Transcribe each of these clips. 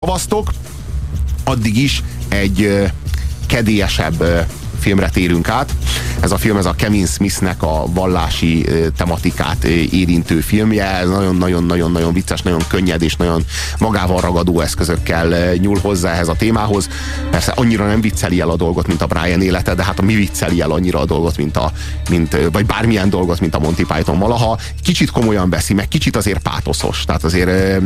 olvasztok, addig is egy kedélyesebb filmre térünk át. Ez a film, ez a Kevin Smithnek a vallási tematikát érintő filmje. Ez nagyon-nagyon-nagyon vicces, nagyon könnyed és nagyon magával ragadó eszközökkel nyúl hozzá ehhez a témához. Persze annyira nem vicceli el a dolgot, mint a Brian élete, de hát mi vicceli el annyira a dolgot, vagy bármilyen dolgot, mint a Monty Python valaha. Kicsit komolyan veszi, meg kicsit azért pátoszos. Tehát azért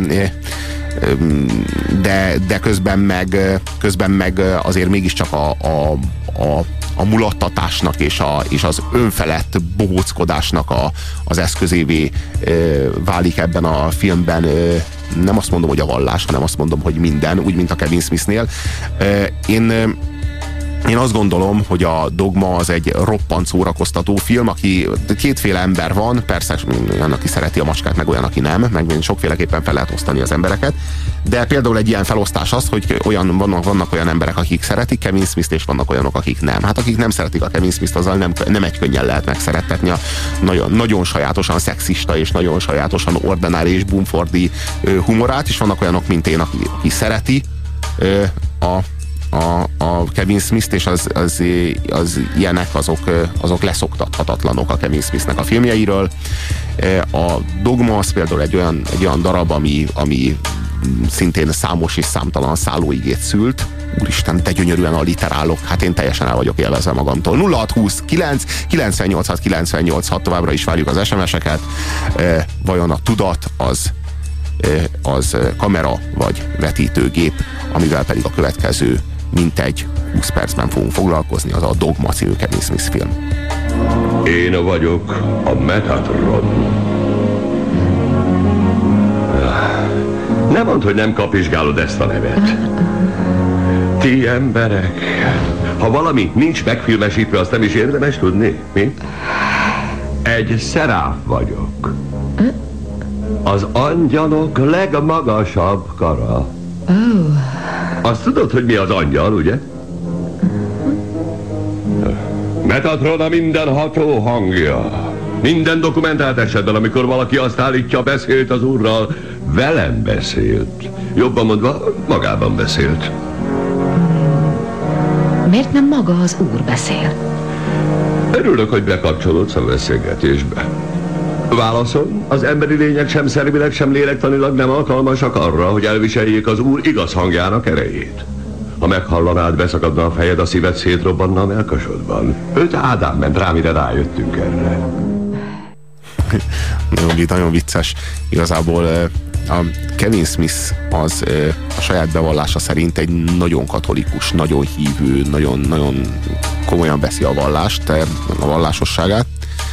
de közben meg azért mégiscsak a mulattatásnak és az önfelett bohóckodásnak az eszközévé válik ebben a filmben. Nem azt mondom, hogy a vallás, hanem azt mondom, hogy minden, úgy, mint a Kevin Smithnél. Én azt gondolom, hogy a Dogma az egy roppant szórakoztató film, kétféle ember van, persze olyan, aki szereti a macskát, meg olyan, aki nem, meg sokféleképpen fel lehet osztani az embereket, de például egy ilyen felosztás az, hogy vannak olyan emberek, akik szeretik Kevin Smith-t, és vannak olyanok, akik nem. Hát akik nem szeretik a Kevin Smith-t, azzal nem egy könnyen lehet megszerettetni a nagyon sajátosan szexista és nagyon sajátosan ordinári és bumfordi humorát, és vannak olyanok, mint én, aki szereti a Kevin Smith-t, és az ilyenek, azok leszoktathatatlanok a Kevin Smithnek a filmjeiről. A Dogma az például egy olyan darab, ami szintén számos és számtalan szállóigét szült. Úristen, de gyönyörűen alliterálok, hát én teljesen el vagyok élvezve magamtól. 0629 986 986, továbbra is várjuk az SMS-eket. Vajon a tudat az kamera vagy vetítőgép, amivel pedig a következő mintegy 20 percben fogunk foglalkozni, az a Dogma című Kevin Smith film. Én vagyok a Metatron. Nem mondd, hogy nem kapizsgálod ezt a nevet. Ti emberek, ha valami nincs megfilmesítve, azt nem is érdemes tudni, mi? Egy szeráf vagyok. Az angyalok legmagasabb kara. Azt tudod, hogy mi az angyal, ugye? Metatron a mindenható hangja. Minden dokumentált esetben, amikor valaki azt állítja, beszélt az úrral, velem beszélt. Jobban mondva, magában beszélt. Miért nem maga az úr beszél? Örülök, hogy bekapcsolódsz a beszélgetésbe. Válaszom, az emberi lények sem szervileg, sem lélektanilag nem alkalmasak arra, hogy elviseljék az úr igaz hangjának erejét. Ha meghallanád, beszakadna a fejed, a szíved szétrobbanna a melkasodban. 5 Ádám ment rá, mire rájöttünk erre. Nagyon vicces. Igazából a Kevin Smith az a saját bevallása szerint egy nagyon katolikus, nagyon hívő, nagyon komolyan veszi a vallást, a vallásosságát.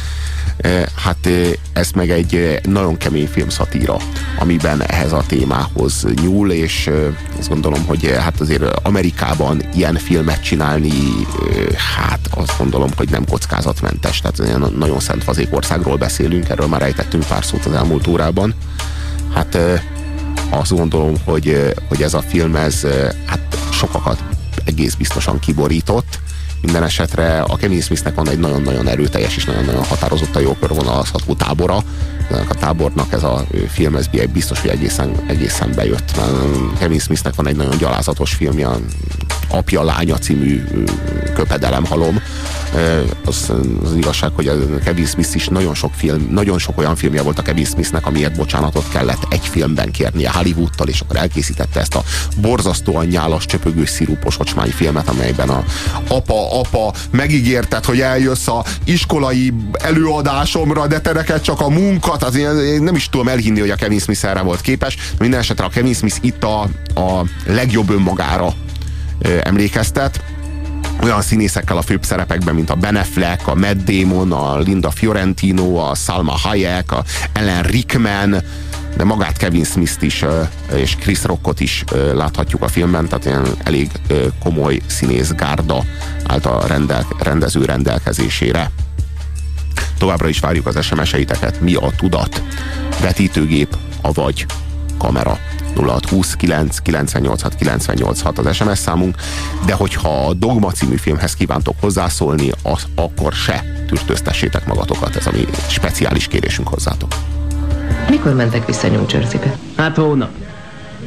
Hát ez meg egy nagyon kemény filmszatíra, amiben ehhez a témához nyúl, és azt gondolom, hogy hát azért Amerikában ilyen filmet csinálni, hát azt gondolom, hogy nem kockázatmentes, tehát nagyon szent fazék országról beszélünk, erről már ejtettünk pár szót az elmúlt órában. Hát azt gondolom, hogy ez a film, ez hát sokakat egész biztosan kiborított. Minden esetre a Kevin Smithnek van egy nagyon-nagyon erőteljes és nagyon-nagyon határozottan jó körvonalazható tábora. A tábornak ez a film, ez biztos, hogy egészen bejött. Kevin Smithnek van egy nagyon gyalázatos filmje, Apja, lánya című köpedelemhalom. Az igazság, hogy a Kevin Smith is nagyon sok olyan filmje volt a Kevin Smithnek, amiért bocsánatot kellett egy filmben kérnie Hollywoodtól, és akkor elkészítette ezt a borzasztóan nyálas, csöpögős, szirupos ocsmányfilmet, amelyben a apa, megígérted, hogy eljössz a iskolai előadásomra, de te neked csak a munkat, az én nem is tudom elhinni, hogy a Kevin Smith erre volt képes. Minden esetre a Kevin Smith itt a legjobb önmagára emlékeztet, olyan színészekkel a főbb szerepekben, mint a Ben Affleck, a Matt Damon, a Linda Fiorentino, a Salma Hayek, a Alan Rickman, de magát Kevin Smith-t is, és Chris Rockot is láthatjuk a filmben, tehát ilyen elég komoly színészgárda állt a rendező rendelkezésére. Továbbra is várjuk az SMS-eiteket. Mi a tudat? Vetítőgép, avagy kamera? 0629 986 986 az SMS számunk, de hogyha a Dogma című filmhez kívántok hozzászólni, akkor se tűrtőztessétek magatokat, ez a mi speciális kérésünk hozzátok. Mikor mentek vissza New Jersey-be? Hát hónap.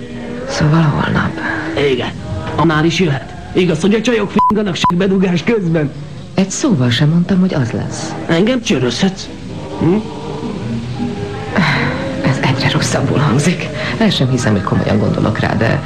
Szóval holnap. Igen. Annál is jöhet. Igaz, hogy a csajok f***ganak segbedugás közben. Egy szóval sem mondtam, hogy az lesz. Engem csörözhetsz. Ez egyre rosszabbul hangzik. El sem hiszem, hogy komolyan gondolok rá, de...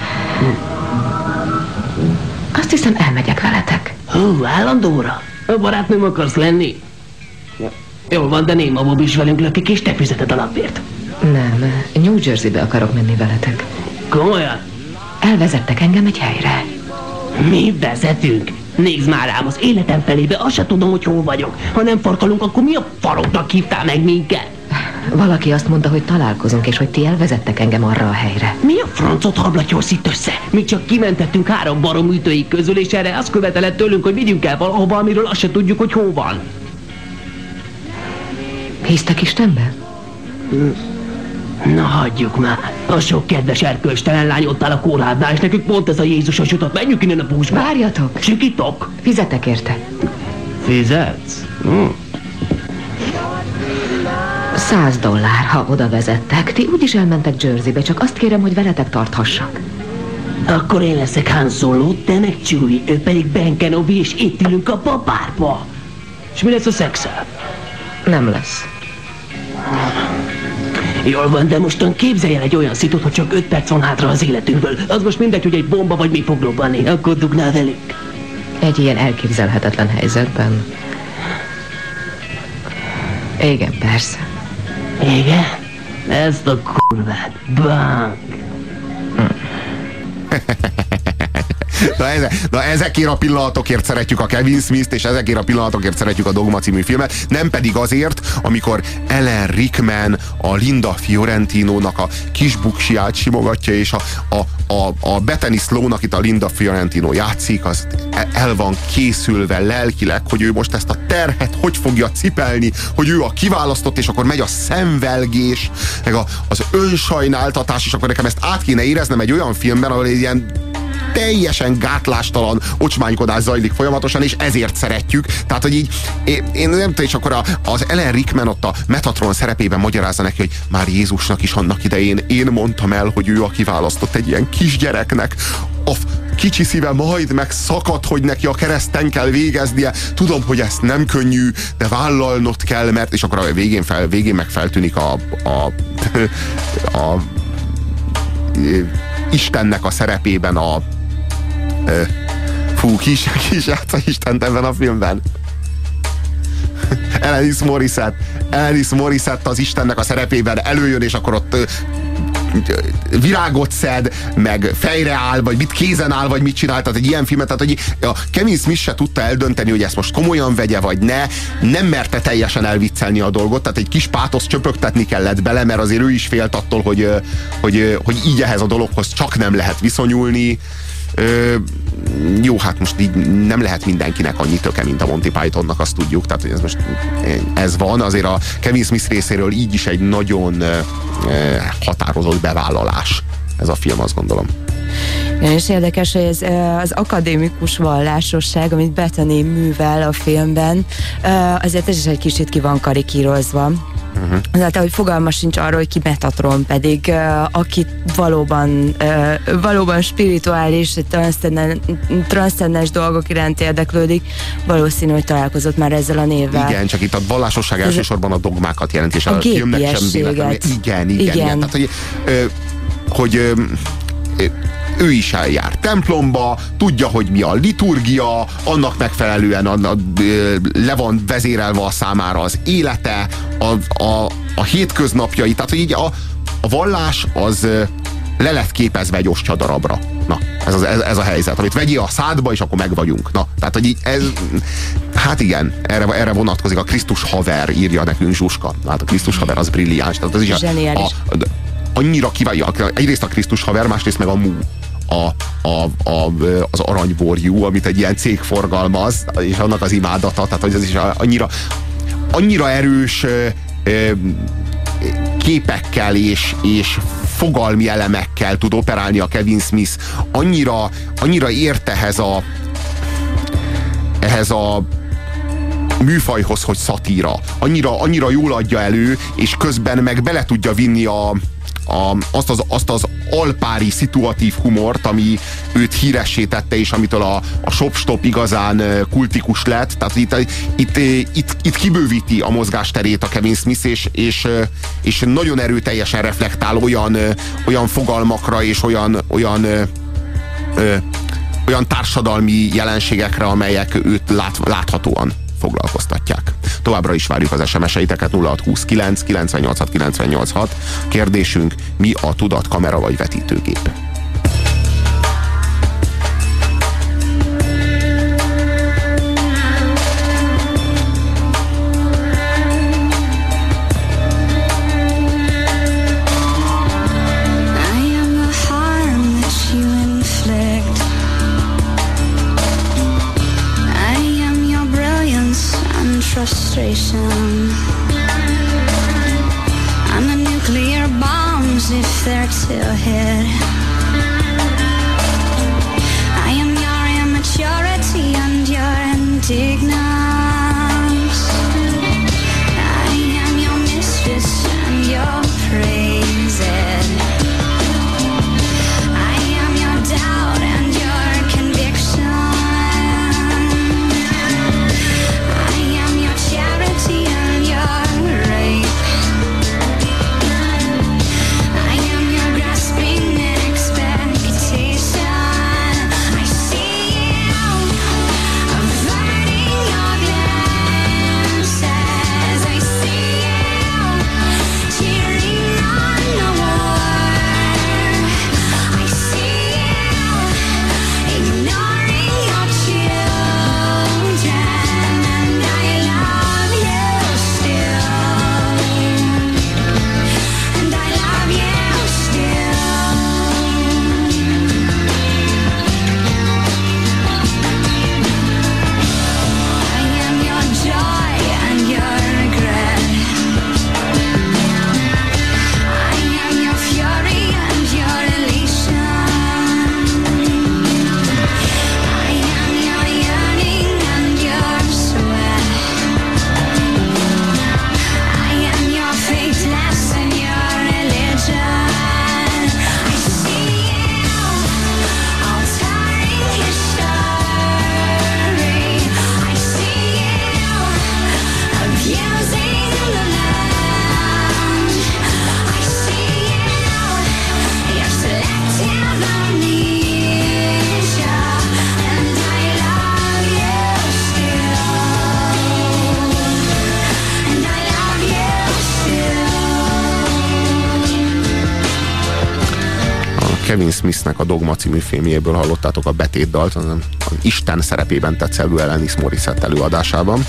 Azt hiszem, elmegyek veletek. Állandóra? A barátnőm akarsz lenni? Jól van, de Néma Bob is velünk lökik, és te fizeted a lapért. Nem, New Jerseybe akarok menni veletek. Komolyan? Elvezettek engem egy helyre. Mi vezetünk? Nézd már rám, az életem felébe, azt se tudom, hogy hol vagyok. Ha nem farkalunk, akkor mi a faroknak hívtál meg minket? Valaki azt mondta, hogy találkozunk, és hogy ti elvezettek engem arra a helyre. Mi a francot hablatyolsz itt össze? Mi csak kimentettünk 3 barom ütőik közül, és erre azt követelett tőlünk, hogy vigyünk el valahova, amiről azt se tudjuk, hogy hol van. Hisztek Istenben? Na, hagyjuk már. A sok kedves erkölcstelen lány ott áll a kórhádnál, és nekünk pont ez a Jézusos jutott. Menjünk innen a búzsba. Várjatok! Sikítok! Fizetek érte. Fizetsz? $100, ha oda vezettek. Ti úgyis elmentek Jerseybe, csak azt kérem, hogy veletek tarthassak. Akkor én leszek Han Solo, te meg Chewie, ő pedig Ben Kenobi, és itt ülünk a babárba. És mi lesz a szexel? Nem lesz. Jól van, de mostan képzelj el egy olyan szitot, hogy csak 5 perc van hátra az életünkből. Az most mindegy, hogy egy bomba vagy mi fog robbanni. Akkor dugnál velünk. Egy ilyen elképzelhetetlen helyzetben. Igen, persze. Igen? Ezt a kurvát. Bánk. Na ezekért a pillanatokért szeretjük a Kevin Smith-t, és ezekért a pillanatokért szeretjük a Dogma című filmet, nem pedig azért, amikor Alan Rickman a Linda Fiorentino-nak a kis buksiját simogatja, és a Bethany Sloan, itt a Linda Fiorentino játszik, az el van készülve lelkileg, hogy ő most ezt a terhet hogy fogja cipelni, hogy ő a kiválasztott, és akkor megy a szemvelgés, meg az önsajnáltatás, és akkor nekem ezt át kéne éreznem egy olyan filmben, ahol egy ilyen teljesen gátlástalan ocsmánykodás zajlik folyamatosan, és ezért szeretjük. Tehát, hogy így, én nem tudom, és akkor az Alan Rickman ott a Metatron szerepében magyarázza neki, hogy már Jézusnak is annak idején én mondtam el, hogy ő a kiválasztott egy ilyen kisgyereknek. A kicsi szíve majd megszakad, hogy neki a kereszten kell végeznie. Tudom, hogy ezt nem könnyű, de vállalnod kell, mert... És akkor a végén meg feltűnik a Istennek a szerepében ki is játsza Istent ebben a filmben? Alanis Morissette az Istennek a szerepében előjön, és akkor ott virágot szed, meg fejre áll, vagy mit kézen áll, vagy mit csinál, tehát egy ilyen filmet, tehát hogy a Kevin Smith se tudta eldönteni, hogy ezt most komolyan vegye, vagy ne, nem merte teljesen elviccelni a dolgot, tehát egy kis pátosz csöpögtetni kellett bele, mert azért ő is félt attól, hogy így ehhez a dologhoz csak nem lehet viszonyulni. Jó, hát most így nem lehet mindenkinek annyi töke, mint a Monty Pythonnak, azt tudjuk, tehát hogy ez van, azért a Kevin Smith részéről így is egy nagyon határozott bevállalás ez a film, azt gondolom. És érdekes, hogy ez az akadémikus vallásosság, amit Bethany művel a filmben, azért ez is egy kicsit ki van karikírozva. Tehát, hogy fogalma sincs arról, hogy ki Metatron, pedig aki valóban spirituális, transzcendens dolgok iránt érdeklődik, valószínű, hogy találkozott már ezzel a névvel. Igen, csak itt a vallásosság elsősorban a dogmákat jelent, és a filmnek sem véletlenül. Igen. Tehát, hogy ő is eljár templomba, tudja, hogy mi a liturgia, annak megfelelően le van vezérelve a számára az élete, a hétköznapjai, tehát hogy így a vallás az le lett képezve egy ostyadarabra. Na, ez a helyzet, amit vegyél a szádba, és akkor meg vagyunk. Na, tehát, hogy így ez, hát igen, erre vonatkozik a Krisztus haver, írja nekünk Zsuska. Hát a Krisztus haver az brilliáns. Tehát az is annyira kiválja, egyrészt a Krisztus haver, másrészt meg a Mu. Az aranyborjú, amit egy ilyen cég forgalmaz, és annak az imádata, tehát hogy ez is annyira erős képekkel és fogalmi elemekkel tud operálni a Kevin Smith, annyira ért ehhez a műfajhoz, hogy szatíra. Annyira jól adja elő, és közben meg bele tudja vinni azt az alpári szituatív humort, ami őt híressé tette, és amitől a Shop-Stop igazán kultikus lett. Tehát itt kibővíti a mozgásterét a Kevin Smith, és nagyon erőteljesen reflektál olyan fogalmakra, és olyan társadalmi jelenségekre, amelyek őt láthatóan foglalkoztatják. Továbbra is várjuk az SMS-eiteket 0629 986 986. Kérdésünk: mi a tudat, kamera vagy vetítőgép? Frustration and the nuclear bombs if they're to hit. I am your immaturity and your indignance. I am your mistress and your praises. I am your doubt and your conviction. And your rape. I am your grasping expectation. I see you averting your glances. I see you cheering on the war. I see you ignoring your children, and I love you still, and I love you still. I am your joy and your regret. I am your fury and your elation. I am your yearning and your sweat. I am your faithless and your religion. I see you altering history. I see you abusing the land. I see you, your selective amnesia, and I love you still, and I love you still. A Kevin Smithnek a Dogma című filmjéből hallottátok a betétdalt, az Isten szerepében tetszelő Alanis Morissette előadásában.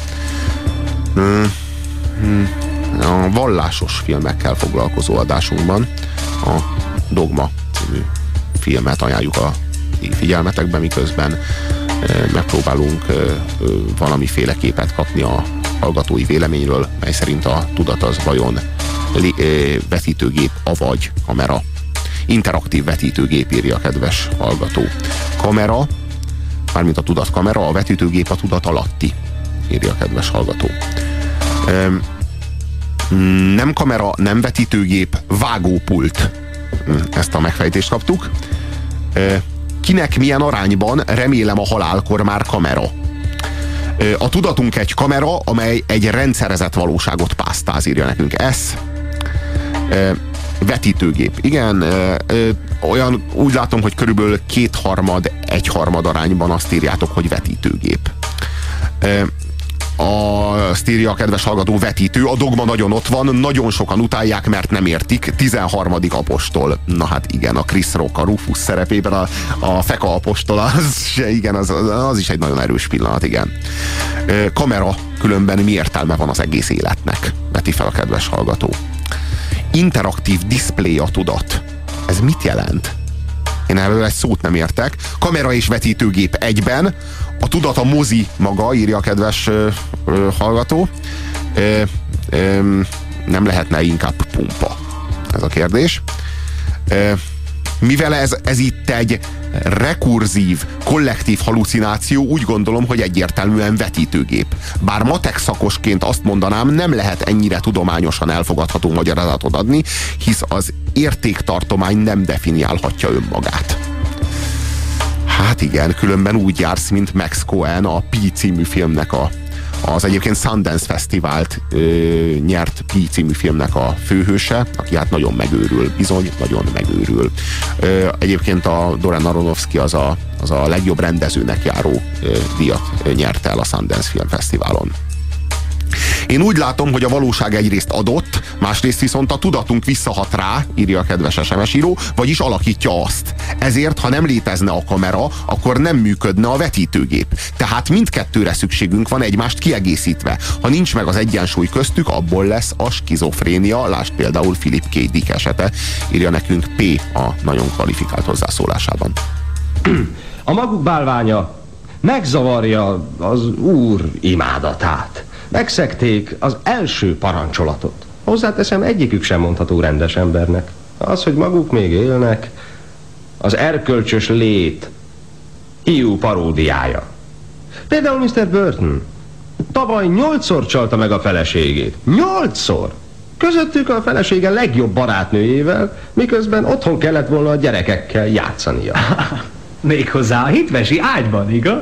A vallásos filmekkel foglalkozó adásunkban a Dogma című filmet ajánljuk a figyelmetekbe, miközben megpróbálunk valamiféle képet kapni a hallgatói véleményről, mely szerint a tudat az vajon vetítőgép, avagy kamera. Interaktív vetítőgép, írja a kedves hallgató. Kamera, mármint a tudat kamera, a vetítőgép a tudat alatti, írja a kedves hallgató. Nem kamera, nem vetítőgép, vágópult. Ezt a megfejtést kaptuk. Kinek milyen arányban? Remélem a halálkor már kamera. A tudatunk egy kamera, amely egy rendszerezett valóságot pásztáz, írja nekünk. Ez vetítőgép. Igen, olyan, úgy látom, hogy körülbelül 2/3, 1/3 arányban azt írjátok, hogy vetítőgép. Azt írja a kedves hallgató, vetítő. A Dogma nagyon ott van, nagyon sokan utálják, mert nem értik. 13. apostol. Na hát igen, a Chris Rock, a Rufus szerepében a Feka apostol, az is egy nagyon erős pillanat, igen. Kamera, különben mi értelme van az egész életnek? Veti fel a kedves hallgató. Interaktív display a tudat. Ez mit jelent? Én ebből egy szót nem értek. Kamera és vetítőgép egyben. A tudat a mozi maga, írja a kedves hallgató. Nem lehetne inkább pumpa? Ez a kérdés. Mivel ez itt egy rekurzív, kollektív halucináció úgy gondolom, hogy egyértelműen vetítőgép. Bár matek szakosként azt mondanám, nem lehet ennyire tudományosan elfogadható magyarázatot adni, hisz az értéktartomány nem definiálhatja önmagát. Hát igen, különben úgy jársz, mint Max Cohen, a Pi című filmnek az egyébként Sundance Fesztivált nyert Pi című filmnek a főhőse, aki hát nagyon megőrül, bizony, nagyon megőrül. Egyébként a Darren Aronofsky az a legjobb rendezőnek járó díjat nyerte el a Sundance Film Fesztiválon. Én úgy látom, hogy a valóság egyrészt adott, másrészt viszont a tudatunk visszahat rá, írja a kedves SMS író, vagyis alakítja azt. Ezért, ha nem létezne a kamera, akkor nem működne a vetítőgép. Tehát mindkettőre szükségünk van, egymást kiegészítve. Ha nincs meg az egyensúly köztük, abból lesz a skizofrénia, lásd például Philip K. Dick esete, írja nekünk P. a nagyon kvalifikált hozzászólásában. A maguk bálványa megzavarja az Úr imádatát. Megszegték az első parancsolatot. Hozzáteszem, egyikük sem mondható rendes embernek. Az, hogy maguk még élnek, az erkölcsös lét hiú paródiája. Például Mr. Burton tavaly 8-szor csalta meg a feleségét. 8-szor! Közöttük a felesége legjobb barátnőjével, miközben otthon kellett volna a gyerekekkel játszania. Méghozzá a hitvesi ágyban, igaz?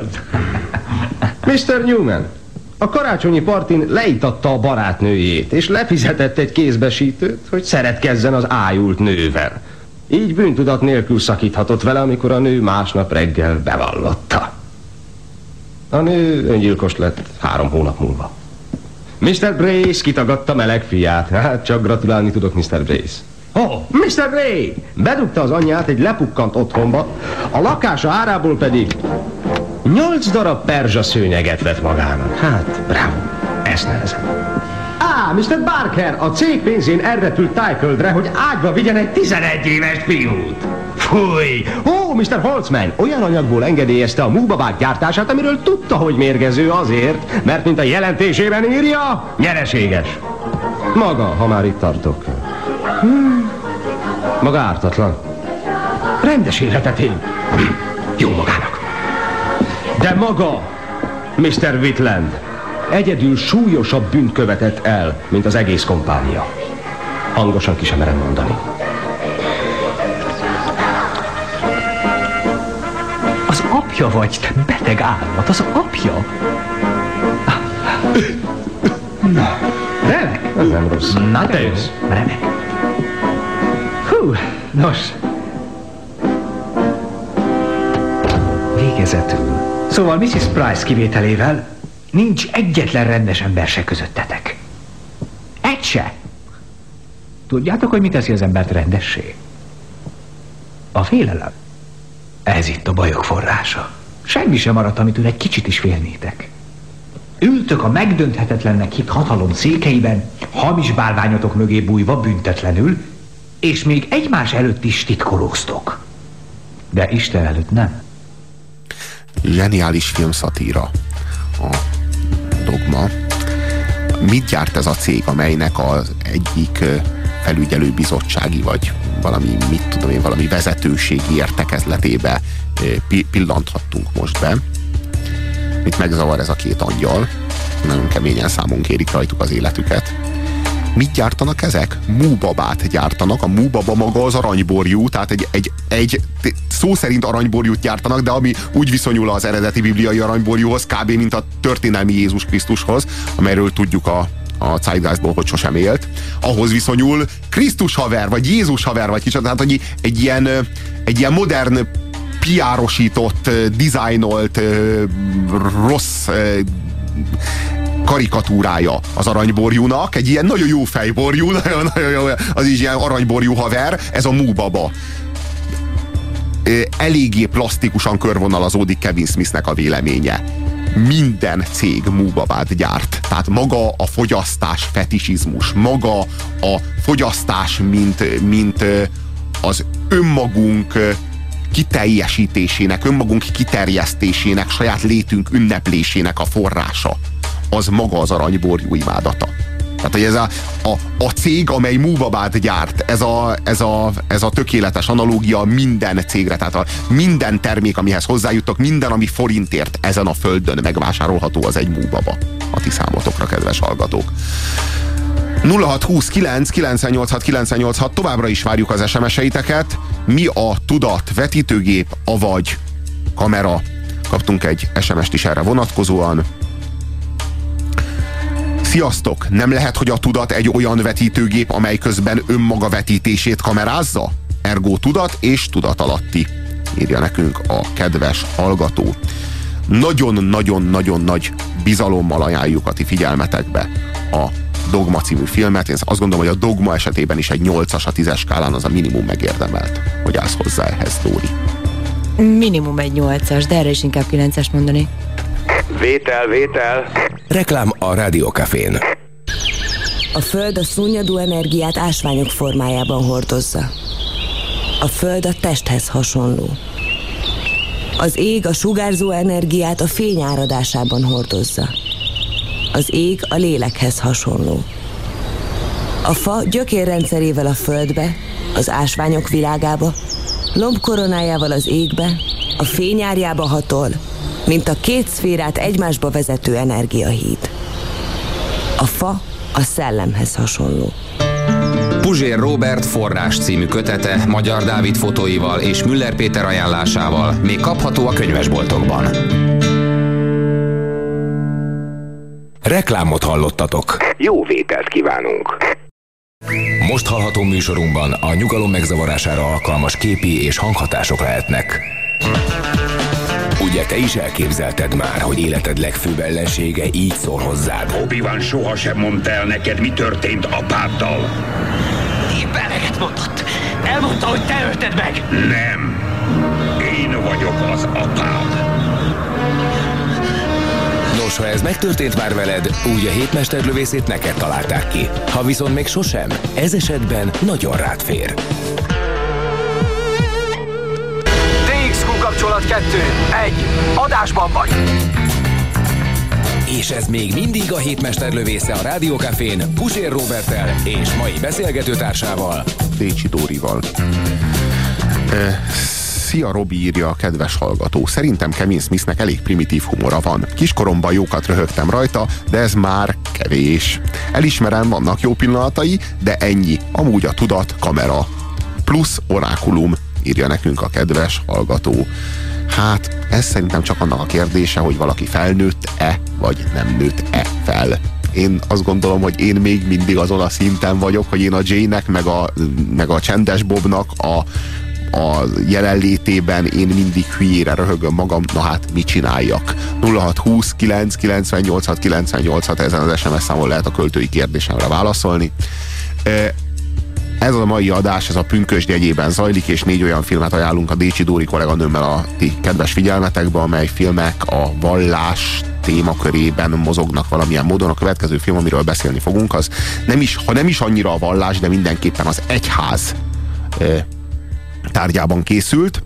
Mr. Newman a karácsonyi partin leitatta a barátnőjét, és lefizetett egy kézbesítőt, hogy szeretkezzen az ájult nővel. Így bűntudat nélkül szakíthatott vele, amikor a nő másnap reggel bevallotta. A nő öngyilkos lett 3 hónap múlva. Mr. Brace kitagadta meleg fiát. Hát csak gratulálni tudok, Mr. Brace. Oh, Mr. Ray bedugta az anyját egy lepukkant otthonba, a lakása árából pedig 8 darab perzsa szőnyeget vett magának. Hát, bravo, ezt nevezem. Mr. Barker a cég pénzén elrepült Tájföldre, hogy ágyba vigyen egy 11 éves fiút. Fúj! Mr. Holtzman olyan anyagból engedélyezte a múbabák gyártását, amiről tudta, hogy mérgező azért, mert mint a jelentésében írja, nyereséges. Maga, ha már itt tartok. Maga ártatlan. Rendes életet él. Jó magának. De maga, Mr. Whitland, egyedül súlyosabb bűnt követett el, mint az egész kompánia. Hangosan ki sem merem mondani. Az apja vagy, te beteg állat, az apja. Na, remek. Ez nem rossz. Na te jössz. Remek. Hú, nos. Végezetül. Szóval Mrs. Price kivételével nincs egyetlen rendes ember se közöttetek. Egy se. Tudjátok, hogy mi teszi az embert rendessé? A félelem. Ez itt a bajok forrása. Semmi sem maradt, amitől egy kicsit is félnétek. Ültök a megdönthetetlennek hitt hatalom székeiben, hamis bálványotok mögé bújva büntetlenül, és még egymás előtt is titkolóztok. De Isten előtt nem. Zseniális filmszatíra a Dogma. Mit gyárt ez a cég, amelynek az egyik felügyelőbizottsági, vagy valami, mit tudom én, valami vezetőségi értekezletébe pillanthattunk most be. Itt megzavar ez a 2 angyal. Nagyon keményen számon kérik rajtuk az életüket. Mit gyártanak ezek? Múbabát gyártanak. A múbaba maga az aranyborjú, tehát egy szó szerint aranyborjút gyártanak, de ami úgy viszonyul az eredeti bibliai aranyborjúhoz, kb. Mint a történelmi Jézus Krisztushoz, amelyről tudjuk a Zeitgeistból, hogy sosem élt. Ahhoz viszonyul Krisztus haver, vagy Jézus haver, vagy kicsit, tehát hogy egy ilyen modern, PR-osított, dizájnolt, rossz karikatúrája az aranyborjúnak, egy ilyen nagyon jó fejborjú, nagyon jó, az is ilyen aranyborjú haver, ez a múbaba. Eléggé plastikusan körvonalazódik Kevin Smithnek a véleménye. Minden cég múbabát gyárt. Tehát maga a fogyasztás fetisizmus, maga a fogyasztás, mint az önmagunk kiteljesítésének, önmagunk kiterjesztésének, saját létünk ünneplésének a forrása. Az maga az aranyborjú imádata. Tehát, hogy a cég, amely múbabát gyárt, ez a tökéletes analógia minden cégre, tehát minden termék, amihez hozzájutok, minden, ami forintért ezen a földön megvásárolható, az egy múbaba. A ti számotokra, kedves hallgatók. 0629 986 986, továbbra is várjuk az SMS-eiteket. Mi a tudat, vetítőgép, avagy kamera? Kaptunk egy SMS-t is erre vonatkozóan. Sziasztok! Nem lehet, hogy a tudat egy olyan vetítőgép, amely közben önmaga vetítését kamerázza? Ergo tudat és tudatalatti, írja nekünk a kedves hallgató. Nagyon-nagyon-nagyon nagy bizalommal ajánljuk a ti figyelmetekbe a Dogma című filmet. Én azt gondolom, hogy a Dogma esetében is egy 8-as a 10-es skálán az a minimum megérdemelt. Hogy állsz hozzá ehhez, Dóri? Minimum egy 8-as, de erre is inkább 9-es mondani. Vétel. Reklám a Rádiókafén. A Föld a szunnyadó energiát ásványok formájában hordozza. A Föld a testhez hasonló. Az ég a sugárzó energiát a fény áradásában hordozza. Az ég a lélekhez hasonló. A fa gyökérrendszerével a földbe, az ásványok világába, lombkoronájával az égbe, a fényárjába hatol, mint a két szférát egymásba vezető energiahíd. A fa a szellemhez hasonló. Puzsér Róbert Forrás című kötete Magyar Dávid fotóival és Müller Péter ajánlásával még kapható a könyvesboltokban. Reklámot hallottatok. Jó vételt kívánunk. Most hallható műsorunkban a nyugalom megzavarására alkalmas képi és hanghatások lehetnek. Ugye te is elképzelted már, hogy életed legfőbb ellensége így szól hozzád? Obi-Wan sohasem mondta el neked, mi történt apáddal. Épp eleget mondott. Elmondta, hogy te ölted meg. Nem. Én vagyok az apád. Nos, ha ez megtörtént már veled, úgy a hétmesterlövészét neked találták ki. Ha viszont még sosem, ez esetben nagyon rád fér. DXQ kapcsolat 2. 1. Adásban vagy. És ez még mindig a hétmesterlövésze a Rádiókafén Puzsér Róberttel és mai beszélgetőtársával, Décsi Dórival. Szia Robi, írja a kedves hallgató. Szerintem Kevin Smithnek elég primitív humora van. Kiskoromban jókat röhögtem rajta, de ez már kevés. Elismerem, vannak jó pillanatai, de ennyi. Amúgy a tudat, kamera. Plusz orákulum, írja nekünk a kedves hallgató. Hát, ez szerintem csak annak a kérdése, hogy valaki felnőtt-e, vagy nem nőtt-e fel. Én azt gondolom, hogy én még mindig azon a szinten vagyok, hogy én a Jay-nek, meg a Csendes Bobnak a jelenlétében én mindig hülyére röhögöm magam, na hát mit csináljak? 0620 998 986, ezen az SMS számon lehet a költői kérdésemre válaszolni. Ez a mai adás, ez a Pünkösd jegyében zajlik, és 4 olyan filmet ajánlunk a Décsi Dóri kolléganőmmel a ti kedves figyelmetekbe, amely filmek a vallás témakörében mozognak valamilyen módon. A következő film, amiről beszélni fogunk, az nem is annyira a vallás, de mindenképpen az egyház tárgyában készült.